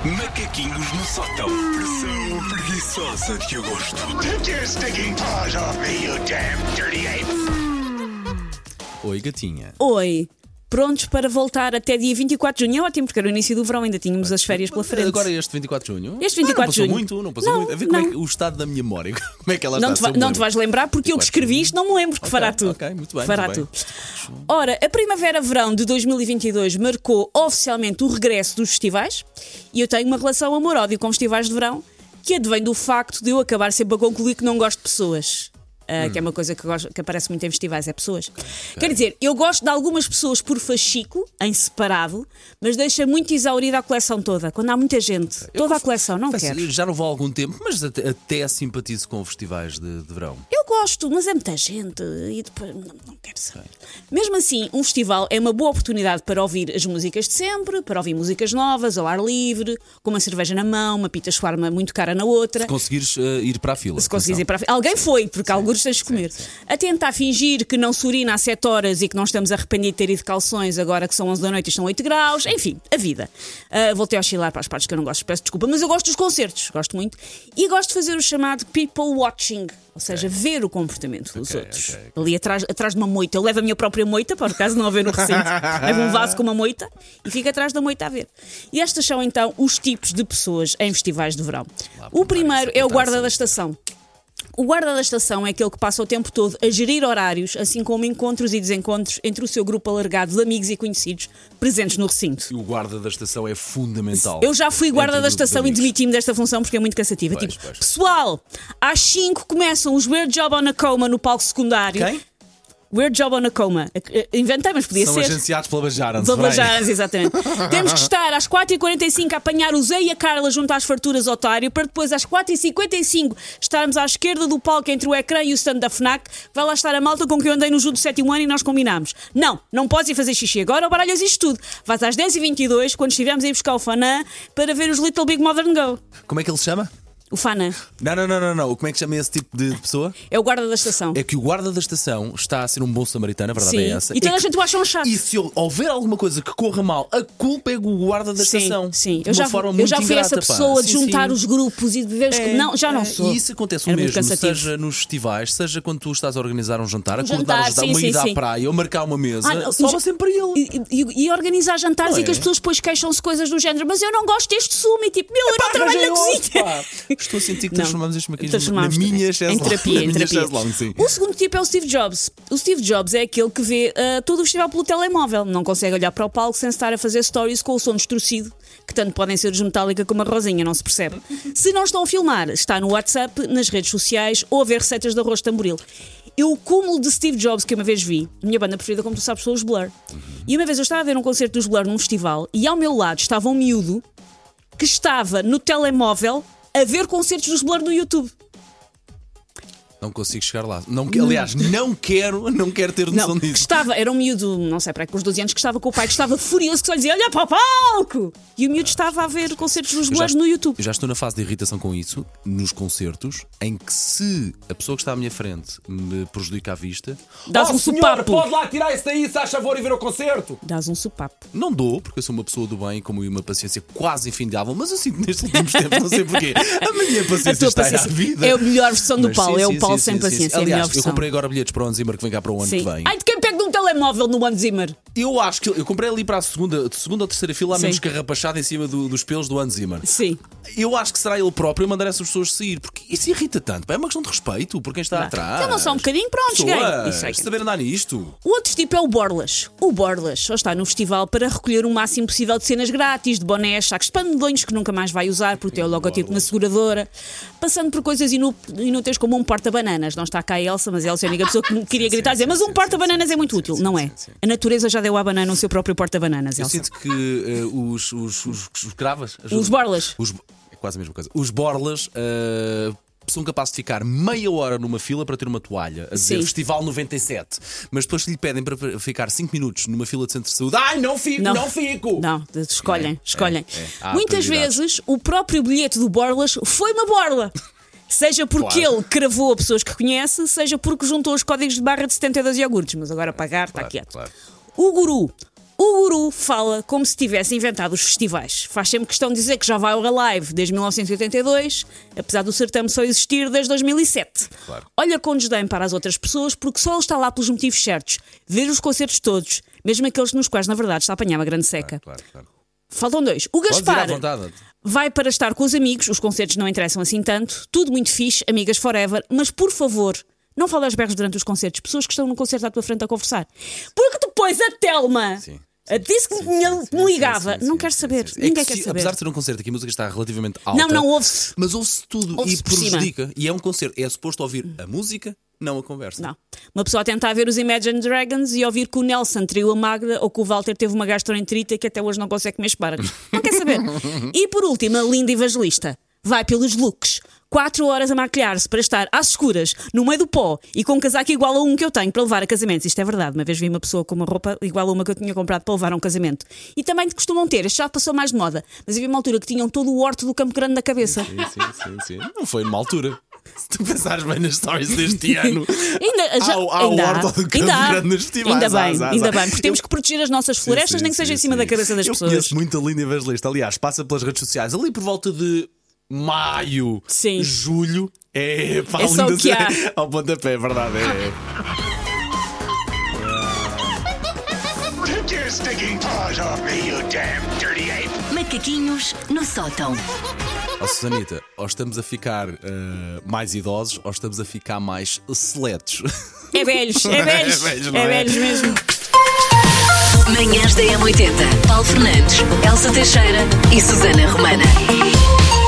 Macaquinhos no sótão. Pressão preguiçosa de agosto. Take your stinking paws off me, you damn dirty ape! Oi, gatinha. Oi. Prontos para voltar até dia 24 de junho. É ótimo, porque era o início do verão, ainda tínhamos as férias pela frente. Agora este 24 de junho? Este 24 de junho. Não passou muito. A ver como é que o estado da minha memória. Como é que ela está? Não te vais lembrar, porque eu que escrevi isto não me lembro, que fará tu. Ok, muito bem. Fará tu. Ora, a Primavera-Verão de 2022 marcou oficialmente o regresso dos festivais e eu tenho uma relação amor-ódio com festivais de verão que advém do facto de eu acabar sempre a concluir que não gosto de pessoas. Que é uma coisa que aparece muito em festivais, é pessoas. Quer dizer, eu gosto de algumas pessoas por fascículo, em separado, mas deixa muito exaurida a coleção toda. Quando há muita gente, toda a coleção, não quero. Já não vou há algum tempo, mas até simpatizo com festivais de verão. Eu gosto, mas é muita gente e depois não quero saber. Mesmo assim, um festival é uma boa oportunidade para ouvir as músicas de sempre, para ouvir músicas novas, ao ar livre, com uma cerveja na mão, uma pita shawarma muito cara na outra. Se conseguires ir para a fila. Se conseguires ir para a fila. Alguém foi, porque alguns tens de comer. A tentar fingir que não se urina há 7 horas e que não estamos arrependidos de ter ido de calções agora que são 11 da noite e estão 8 graus. Enfim, a vida. Voltei a oscilar para as partes que eu não gosto, peço desculpa, mas eu gosto dos concertos, gosto muito. E gosto de fazer o chamado people watching, ou seja, ver o comportamento dos outros. Ali atrás de uma moita. Eu levo a minha própria moita, para o caso de não haver no recinto. Levo um vaso com uma moita e fico atrás da moita a ver. E estas são então os tipos de pessoas em festivais de verão. O primeiro é o guarda da estação. O guarda da estação é aquele que passa o tempo todo a gerir horários, assim como encontros e desencontros entre o seu grupo alargado de amigos e conhecidos presentes no recinto. E o guarda da estação é fundamental. Eu já fui guarda da estação e demiti-me desta função porque é muito cansativa. Pois. Pessoal, às 5 começam os Weird Job on a Coma no palco secundário. Quem? Weird Job on a Coma. Inventei, mas podia São ser. agenciados pela Bajarans. Pela Bajarans, exatamente. Temos que estar às 4h45 a apanhar o Zé e a Carla junto às farturas otário, para depois às 4h55 estarmos à esquerda do palco entre o ecrã e o stand da FNAC. Vai lá estar a malta com quem eu andei no Júlio do 7º ano e nós combinámos. Não podes ir fazer xixi agora ou baralhas isto tudo. Vais às 10h22, quando estivermos a ir buscar o Fanã, para ver os Little Big Modern Go. Como é que ele se chama? O Fanã. Não. Como é que chama esse tipo de pessoa? É o guarda da estação. É que o guarda da estação está a ser um bom samaritano, a verdade é essa. E toda a gente o acha um chato. E se houver alguma coisa que corra mal, a culpa é do guarda da estação. Sim, eu já fui essa pessoa de juntar os grupos e de ver já não sou. E isso acontece o mesmo, seja nos festivais, seja quando tu estás a organizar um jantar, acordar uma ida à praia ou marcar uma mesa, sobra sempre ele. E organizar jantares e que as pessoas depois queixam-se coisas do género, mas eu não gosto deste sumo e tipo, eu não trabalho na cozinha. Estou a sentir que transformamos este mecanismo na minha em terapia. Sim. O segundo tipo é o Steve Jobs. O Steve Jobs é aquele que vê todo o festival pelo telemóvel. Não consegue olhar para o palco sem estar a fazer stories com o som distorcido, que tanto podem ser os Metallica como a Rosinha, não se percebe. Se não estão a filmar, está no WhatsApp, nas redes sociais ou a ver receitas de arroz de tamboril. O cúmulo de Steve Jobs que uma vez vi, a minha banda preferida, como tu sabes, são os Blur. E uma vez eu estava a ver um concerto dos Blur num festival e ao meu lado estava um miúdo que estava no telemóvel a ver concertos dos Blur no YouTube. Não consigo chegar lá. Aliás, não quero ter noção disso. Era um miúdo, não sei, para aí com os 12 anos, que estava com o pai, que estava furioso, que só dizia: olha para o palco! E o miúdo estava a ver concertos dos Blur no YouTube. Eu já estou na fase de irritação com isso, nos concertos, em que se a pessoa que está à minha frente me prejudica a vista, dás um sopapo. Pode lá tirar isso daí, se faz favor, e ver o concerto. Dás um sopapo. Não dou, porque eu sou uma pessoa do bem, como uma paciência quase infindável, mas eu sinto nestes últimos tempos, não sei porquê, a minha paciência está à vida. É a melhor versão do Paulo, é o Paulo sem paciência. Aliás, eu comprei agora bilhetes para o Hans Zimmer que vem cá para o ano que vem. Ai, de quem pega de um telemóvel no Hans Zimmer? Eu acho que eu comprei ali para a segunda ou terceira fila, há menos carrapachado em cima dos pelos do Hans Zimmer. Sim. Eu acho que será ele próprio a mandar essas pessoas sair, porque isso irrita tanto. É uma questão de respeito por quem está atrás. Eu não sou um bocadinho, pronto, cheguei. Saber andar nisto. O outro tipo é o Borlas. O Borlas só está no festival para recolher o máximo possível de cenas grátis, de bonés, sacos de pano de medonhos que nunca mais vai usar porque tem o logotipo na seguradora, passando por coisas inúteis como um porta-bananas. Não está cá a Elsa, mas a Elsa é a única pessoa que me queria gritar dizer: mas um porta-bananas é muito útil. Não é. A natureza já deu à banana o seu próprio porta-bananas, Elsa. Eu sinto que os cravas, os Borlas, é quase a mesma coisa. Os Borlas são capazes de ficar meia hora numa fila para ter uma toalha a dizer Festival 97, mas depois se lhe pedem para ficar 5 minutos numa fila de centro de saúde, não fico. Não, escolhem. Muitas vezes o próprio bilhete do Borlas foi uma borla. Seja porque ele cravou a pessoas que conhece, seja porque juntou os códigos de barra de 72 iogurtes. Mas agora pagar, está quieto. O Guru O guru fala como se tivesse inventado os festivais. Faz sempre questão de dizer que já vai ao Alive desde 1982, apesar do certame só existir desde 2007. Claro. Olha com desdém para as outras pessoas porque só ele está lá pelos motivos certos. Ver os concertos todos, mesmo aqueles nos quais na verdade está a apanhar uma grande seca. Claro. Faltam 2. O Podes ir Gaspar à vontade. vai para estar com os amigos, os concertos não interessam assim tanto, tudo muito fixe, amigas forever, mas por favor, não fale aos berros durante os concertos, pessoas que estão num concerto à tua frente a conversar. Porque depois a Telma disse que me ligava. Não quero saber, ninguém quer saber. Apesar de ser um concerto aqui, a música está relativamente alta. Não ouve-se. Mas ouve-se tudo Ouve-se e por cima. prejudica. E é um concerto, é suposto ouvir a música, não a conversa. Não. Uma pessoa a tentar ver os Imagine Dragons e ouvir que o Nelson traiu a Magda ou que o Walter teve uma gastroenterite e que até hoje não consegue comer espargos. Não quer saber. E por último, a linda evangelista vai pelos looks. 4 horas a maquilhar-se para estar às escuras, no meio do pó e com um casaco igual a um que eu tenho para levar a casamentos. Isto é verdade. Uma vez vi uma pessoa com uma roupa igual a uma que eu tinha comprado para levar a um casamento. E também costumam ter, este já passou mais de moda, mas havia uma altura que tinham todo o horto do Campo Grande na cabeça. Sim. Não foi numa altura. Se tu pensares bem nas stories deste ano, Há o horto do Campo Grande nos festivais. Ainda bem, porque temos que proteger as nossas florestas, nem que seja em cima da cabeça das pessoas. Eu conheço muito a linda evangelista. Aliás, passa pelas redes sociais ali por volta de maio, julho. É só o que há. Ao pontapé, é verdade. Take your stinking paws off me, you damn dirty ape! Macaquinhos no sótão. Susanita, ou estamos a ficar mais idosos ou estamos a ficar mais seletos. É velhos mesmo. Manhãs da M80. Paulo Fernandes, Elsa Teixeira e Susana Romana.